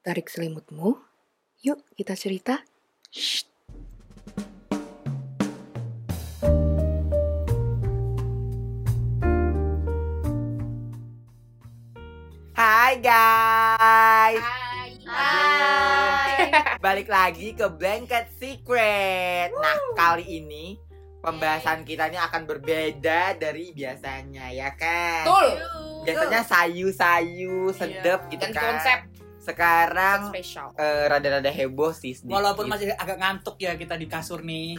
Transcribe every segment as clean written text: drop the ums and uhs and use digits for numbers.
Tarik selimutmu, yuk kita cerita. Shh. Hai guys. Hai. Balik lagi ke Blanket Secret. Nah, kali ini pembahasan kita ini akan berbeda dari biasanya, ya kan? Betul. Biasanya sayu-sayu, sedep gitu Dan kan. konsep Sekarang spesial. rada-rada heboh sih sedikit. Walaupun masih agak ngantuk ya kita di kasur nih.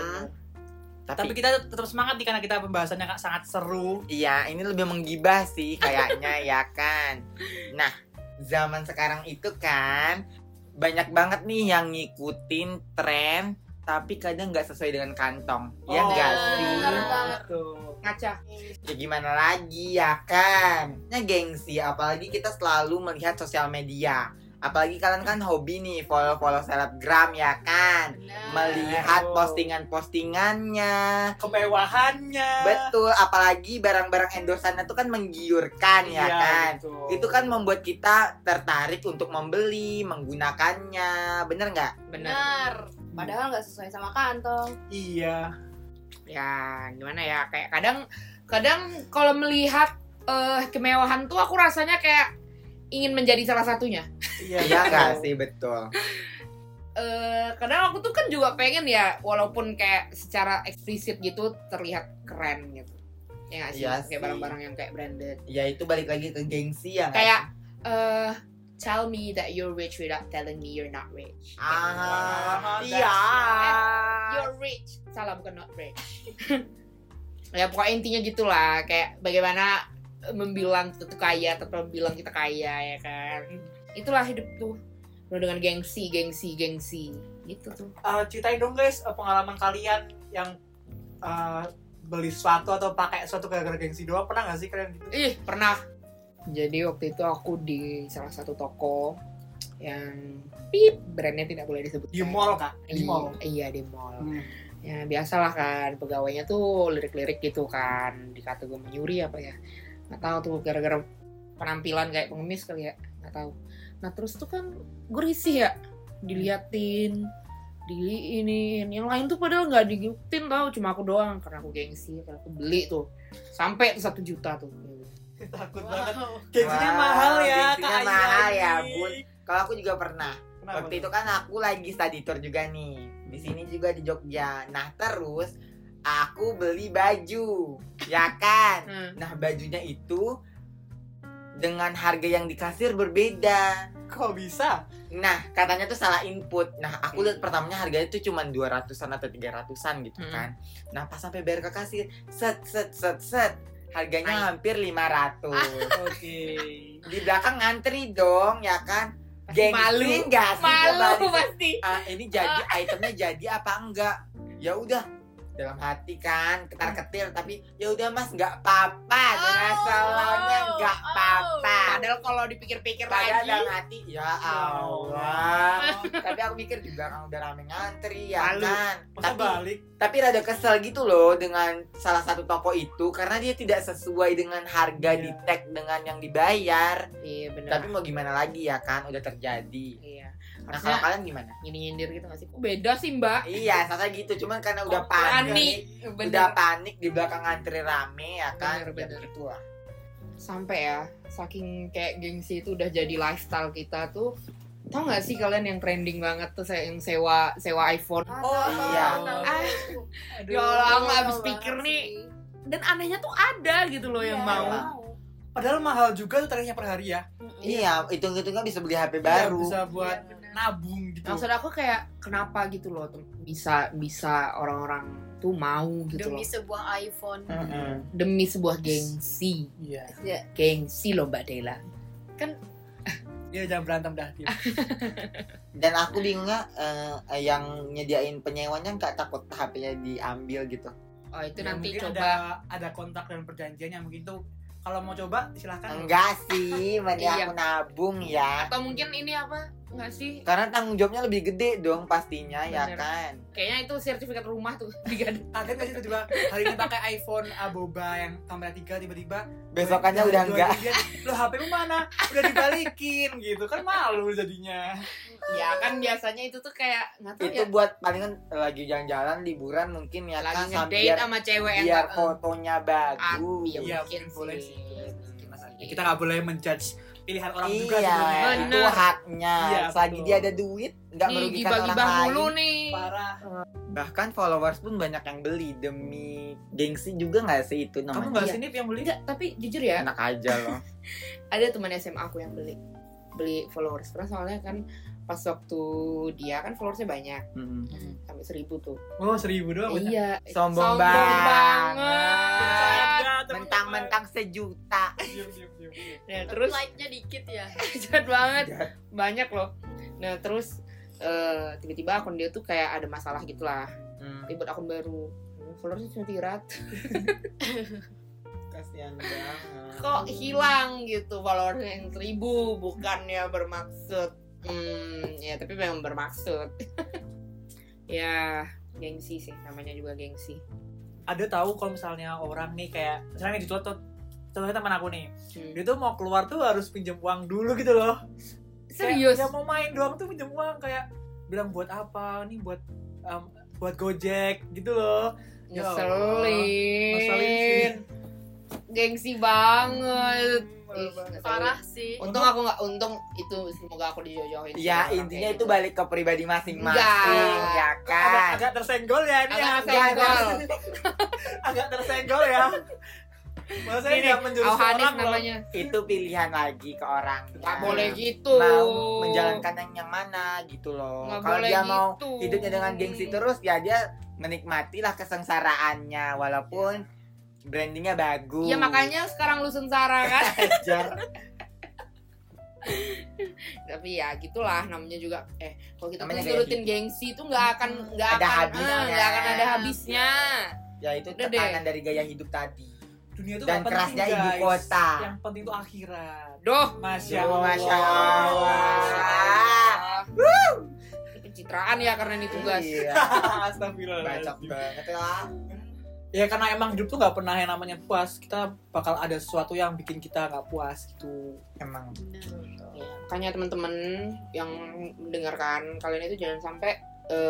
Tapi kita tetap semangat nih karena kita pembahasannya sangat seru. Iya, ini lebih menggibah sih kayaknya ya kan. Nah, zaman sekarang itu kan banyak banget nih yang ngikutin tren tapi kadang nggak sesuai dengan kantong. Ya nggak sih? benar banget. Tuh. Ngaca. Ya gimana lagi ya kan? Nah gengsi, apalagi kita selalu melihat sosial media. Apalagi kalian kan hobi nih follow-follow selebgram ya kan? Melihat postingan-postingannya. Kemewahannya. Betul, apalagi barang-barang endorsannya itu kan menggiurkan ya Iya, kan? betul. Itu kan membuat kita tertarik untuk membeli, menggunakannya. Bener nggak? Benar. Padahal nggak sesuai sama kantong. Iya. Ya, gimana ya? Kayak kadang kalau melihat kemewahan tuh aku rasanya kayak ingin menjadi salah satunya. Iya nggak sih? Betul. Kadang aku tuh kan juga pengen ya, walaupun kayak secara eksplisit gitu terlihat keren gitu. Ya nggak sih? Iya Kayak sih. barang-barang yang kayak branded. Ya itu balik lagi ke gengsi ya nggak Kayak sih? tell me that you're rich without telling me you're not rich. Iya. You're rich. Salah, bukan not rich. Ya pokoknya intinya gitulah, kayak bagaimana membilang kita tuh kaya atau bilang kita kaya ya kan. Itulah hidup tuh. Penuh dengan gengsi gitu tuh. Ceritain dong guys pengalaman kalian yang beli sesuatu atau pakai sesuatu gara-gara gengsi doang. Pernah nggak sih kalian gitu? Ih, pernah. Jadi waktu itu aku di salah satu toko yang brandnya tidak boleh disebut. Di mall kak? Di mall. Iya, di mall. Ya biasalah kan, pegawainya tuh lirik-lirik gitu kan, dikata gue menyuri apa ya, nggak tahu tuh, gara-gara penampilan kayak pengemis kali ya, nggak tahu. Nah terus tuh kan gue risih ya, diliatin, diinin, yang lain tuh padahal nggak diikutin tau, cuma aku doang karena aku gengsi, karena aku beli tuh sampai tuh 1 juta tuh. Takut banget. Gengsinya mahal ya Gengsinya kak. mahal Ayu. ya bun. Kalau aku juga pernah. Kenapa? Waktu itu kan aku lagi study tour juga nih. Di sini juga di Jogja. Nah terus aku beli baju, ya kan? Nah bajunya itu dengan harga yang di kasir berbeda. Kok bisa? Nah katanya tuh salah input. Nah aku lihat pertamanya harganya tuh cuma 200-an atau 300-an gitu kan. Nah pas sampai bayar ke kasir, set harganya hampir 500. Oke. Di belakang ngantri dong, ya kan? Malu. Gengsi nggak sih? Malu Kembali. pasti. Ini jadi itemnya jadi apa enggak? Ya udah, dalam hati kan ketar-ketir, tapi ya udah mas nggak apa-apa, dengan salahnya nggak apa-apa. Padahal kalau dipikir-pikir Padahal lagi, dalam hati ya Allah. Tapi aku mikir juga kan udah rame ngantri ya Malu. kan. Masa balik? Tapi rada kesel gitu loh dengan salah satu toko itu karena dia tidak sesuai dengan harga Iya. di tag dengan yang dibayar. iya benar. Tapi mau gimana lagi ya kan, udah terjadi. Iya. Nah kalau kalian gimana? nyindir gitu nggak sih? Kok beda sih mbak? Iya, saya gitu. Cuman karena udah Panik. panik, udah panik di belakang antri rame ya kan. Bener. Ya begitulah. Sampai ya, saking kayak gengsi itu udah jadi lifestyle kita tuh. Tau nggak sih kalian yang trending banget tuh yang sewa iPhone? Oh, iya. Ya Allah, aku habis pikir nih. Dan anehnya tuh ada gitu loh yang mau. Padahal mahal juga tuh tarifnya per hari ya. Iya, hitung-hitungnya bisa beli HP Iya, baru. bisa buat Iya, bener. nabung gitu. Maksud aku kayak kenapa gitu loh bisa orang-orang tuh mau gitu Demi loh. sebuah iPhone. Demi sebuah gengsi. Iya. Gengsi loh Mbak Dela. Iya, jangan berantem dah. Diam. Dan aku bingungnya yang nyediain penyewanya nggak takut HP-nya diambil gitu. Oh itu Ya, nanti mungkin coba. ada kontak dan perjanjiannya mungkin tuh. Kalau mau coba silahkan. Enggak sih, mending Iya. aku nabung ya. Atau mungkin ini apa? Nggak sih? Karena tanggung jawabnya lebih gede dong pastinya. Ya Bener. kan. Kayaknya itu sertifikat rumah tuh digadang. Kaget gak sih tiba-tiba hari ini pakai iPhone Boba yang kamera 3 tiba-tiba Besokannya udah enggak. Lo HP-mu mana? Udah dibalikin gitu kan, malu jadinya. Ya kan biasanya itu tuh kayak nggak tahu Itu ya. buat palingan lagi jalan-jalan liburan mungkin ya Lagi kan, ngedate sama cewek yang biar nggak- fotonya bagus. Iya, Iya, mungkin boleh sih. sih. Ya, kita nggak boleh menjudge pilihan orang juga Iya, sebenarnya. itu Bener. haknya. Iya, Selagi betul. dia ada duit, nggak Nih merugikan gibah-gibah orang mulu lain. nih. Parah. Bahkan followers pun banyak yang beli demi gengsi juga nggak sih itu Kamu namanya? nggak Iya. sini yang beli? Enggak, tapi jujur ya, Enak aja loh. ada teman SMA aku yang beli followers. Karena soalnya kan pas waktu dia kan followersnya banyak, Mm-mm. sampai 1000 tuh. Oh 1000 doang. banyak. Iya, Sombong banget. Mentang-mentang sejuta. Diam. Nah, Terus terus like-nya dikit ya. jahat banget, Jahat. banyak loh. Nah, terus tiba-tiba akun dia tuh kayak ada masalah gitulah. Hmm, Ribet akun baru. Followersnya cuma 300. kasihan banget. Kok hilang gitu followersnya yang 1000, bukannya bermaksud. Ya tapi memang bermaksud. Ya, gengsi sih, namanya juga gengsi. Ada tahu kalau misalnya orang nih kayak misalnya di contohnya teman aku nih, Hmm. dia tuh mau keluar tuh harus pinjam uang dulu gitu loh. Serius? Kayak, ya mau main doang tuh pinjam uang, kayak bilang buat apa nih, buat Gojek gitu loh. Ya Allah. Ngeselin. Ngeselin. Gengsi banget. Ih, ngeselin. Parah sih. Untung itu semoga aku dijojohin. Ya sama orang intinya kayak itu gitu. balik ke pribadi masing-masing, Enggak. ya kan. Agak tersenggol ya ini. Agak agak- tersenggol. agak tersenggol ya. Maksudnya Ini nggak menjurus Auhanis orang loh. namanya. Itu pilihan lagi ke orangnya. Gak boleh gitu. Mau menjalankan yang mana gitu loh. Nggak Kalau boleh dia mau gitu. hidupnya dengan gengsi terus, ya dia menikmatilah kesengsaraannya walaupun brandingnya bagus. Ya makanya sekarang lu sengsara kan. Ajar. Tapi ya gitulah namanya juga. Kalau kita Namanya tuh gaya nurutin gengsi itu nggak akan Ada habisnya. nggak akan ada habisnya. Ya itu Udah tekanan dari gaya hidup tadi. Dunia tuh Dan nggak penting, kerasnya ibu guys. kota. Yang penting tuh akhirat. Doh. Masya Duh, Allah. Masya Allah. Ini pencitraan ya karena ini tugas. Iya. Astagfirullah. Bacot banget ya. Ya karena emang hidup tuh nggak pernah yang namanya puas. Kita bakal ada sesuatu yang bikin kita nggak puas gitu. Emang. Ya, makanya teman-teman yang mendengarkan kalian itu jangan sampai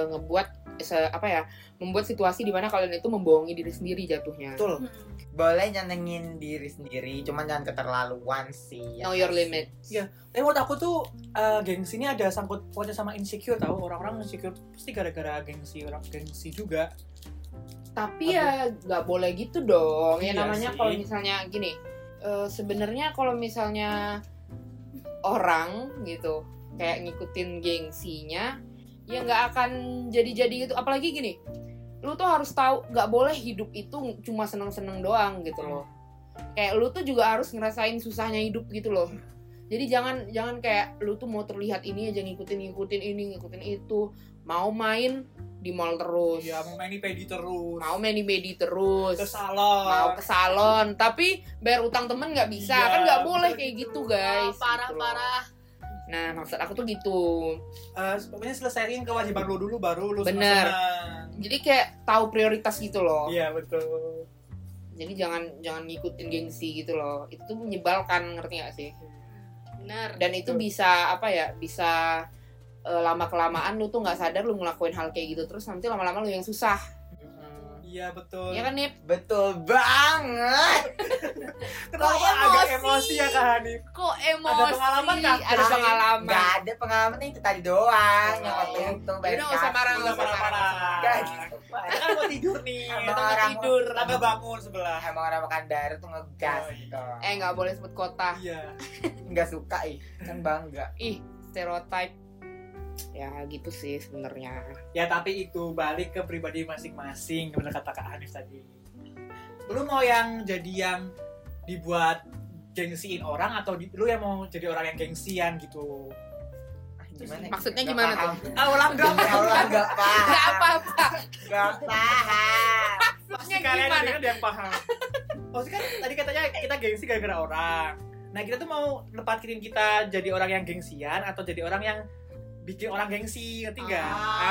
membuat situasi di mana kalian itu membohongi diri sendiri jatuhnya. Betul. Boleh nyenengin diri sendiri, cuman jangan keterlaluan sih. Know your limit. Iya. Tapi menurut aku tuh gengsi ini ada sangkut pautnya sama insecure, tahu. Orang-orang insecure tuh pasti gara-gara gengsi, orang gengsi juga. Tapi ya nggak boleh gitu dong. Ya Iya namanya sih. kalau misalnya gini, sebenarnya kalau misalnya orang gitu kayak ngikutin gengsinya, ya nggak akan jadi-jadi gitu. Apalagi gini, lu tuh harus tahu nggak boleh hidup itu cuma seneng-seneng doang gitu loh. Kayak lu tuh juga harus ngerasain susahnya hidup gitu loh. Jadi jangan kayak lu tuh mau terlihat ini aja ngikutin ini ngikutin itu, mau main di mall terus, Ya mau main di pedi terus. mau main di medi terus, Ke salon. mau ke salon, tapi bayar utang temen nggak bisa, Iya, kan nggak boleh betul kayak gitu. gitu guys. Parah, gitu loh. parah. Nah maksud aku tuh gitu. Pokoknya selesaiin kewajiban lu dulu, baru lu Bener. senang. Jadi kayak tahu prioritas gitu loh. Iya betul. Jadi jangan ngikutin gengsi gitu loh. Itu tuh menyebalkan, ngerti gak sih? Bener. Dan itu Betul. bisa bisa lama kelamaan lu tuh nggak sadar lu ngelakuin hal kayak gitu terus nanti lama-lama lu yang susah. Iya betul. Ya kan Nip? Betul banget. Kenapa Kok agak emosi? emosi ya Kak Hanif? Kok emosi? pengalaman nggak? Ada pengalaman. Nggak ada pengalaman itu tadi doang. Yang Oh. waktu itu Udah nggak usah marah, Udah parah-parah. Nggak gitu. Kita kan mau tidur nih. Emang Kita mau orang tidur. Tetangga bangun sebelah. Emang orang makan darah tuh ngegas Oh, gitu. Nggak boleh sebut kota. Iya. Nggak suka kan bangga. Ih, stereotype. Ya gitu sih sebenarnya. Ya tapi itu balik ke pribadi masing-masing, bener kata Kak Hanif tadi. Lu mau yang jadi yang dibuat gengsiin orang atau lu yang mau jadi orang yang gengsian gitu? Gimana? Maksudnya Nggak gimana paham. Ulang dong. Demi Allah nggak paham. Nggak apa-apa. Nggak paham. Pasti Maksudnya kalian gimana? ada yang paham. Maksudnya kan tadi katanya kita gengsi gara-gara orang. Nah kita tuh mau nempatin kita jadi orang yang gengsian atau jadi orang yang bikin orang gengsi, ngerti nggak?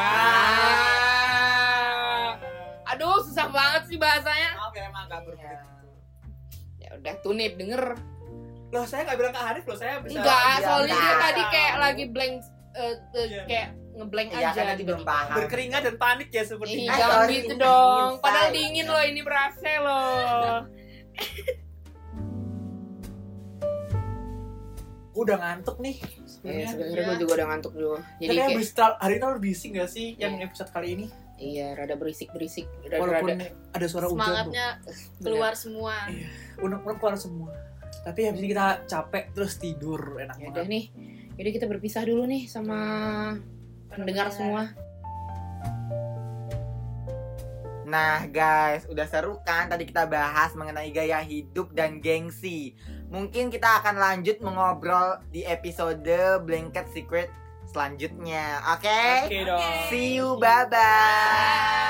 Aduh, susah banget sih bahasanya. Maaf ya, emang agak berbeda. Ya udah tuh nih denger. Loh saya nggak bilang ke Hanif loh, saya bisa. Enggak, soalnya dia enggak. tadi kayak lagi blank, Iya. kayak ngeblank Iya aja. kan tadi belum paham. Berkeringat dan panik ya seperti Ih, itu. jangan sorry, gitu ini dong. dingin, Padahal say. dingin loh, ini berasa loh. Udah ngantuk nih. Ya, Sebenarnya. sebenarnya gue juga udah ngantuk juga. Jadi Jadi kayak hari ini terlalu bising gak sih yang episode kali ini? iya, rada berisik-berisik. Walaupun Rada ada suara hujan. Semangatnya keluar semua. Unek-unek keluar semua. Tapi habis ini kita capek terus tidur enak Ya udah banget. nih. Jadi kita berpisah dulu nih sama pendengar semua. Nah guys, udah seru kan tadi kita bahas mengenai gaya hidup dan gengsi. Mungkin kita akan lanjut mengobrol di episode Blanket Secret selanjutnya. Oke? Oke dong. See you, bye-bye.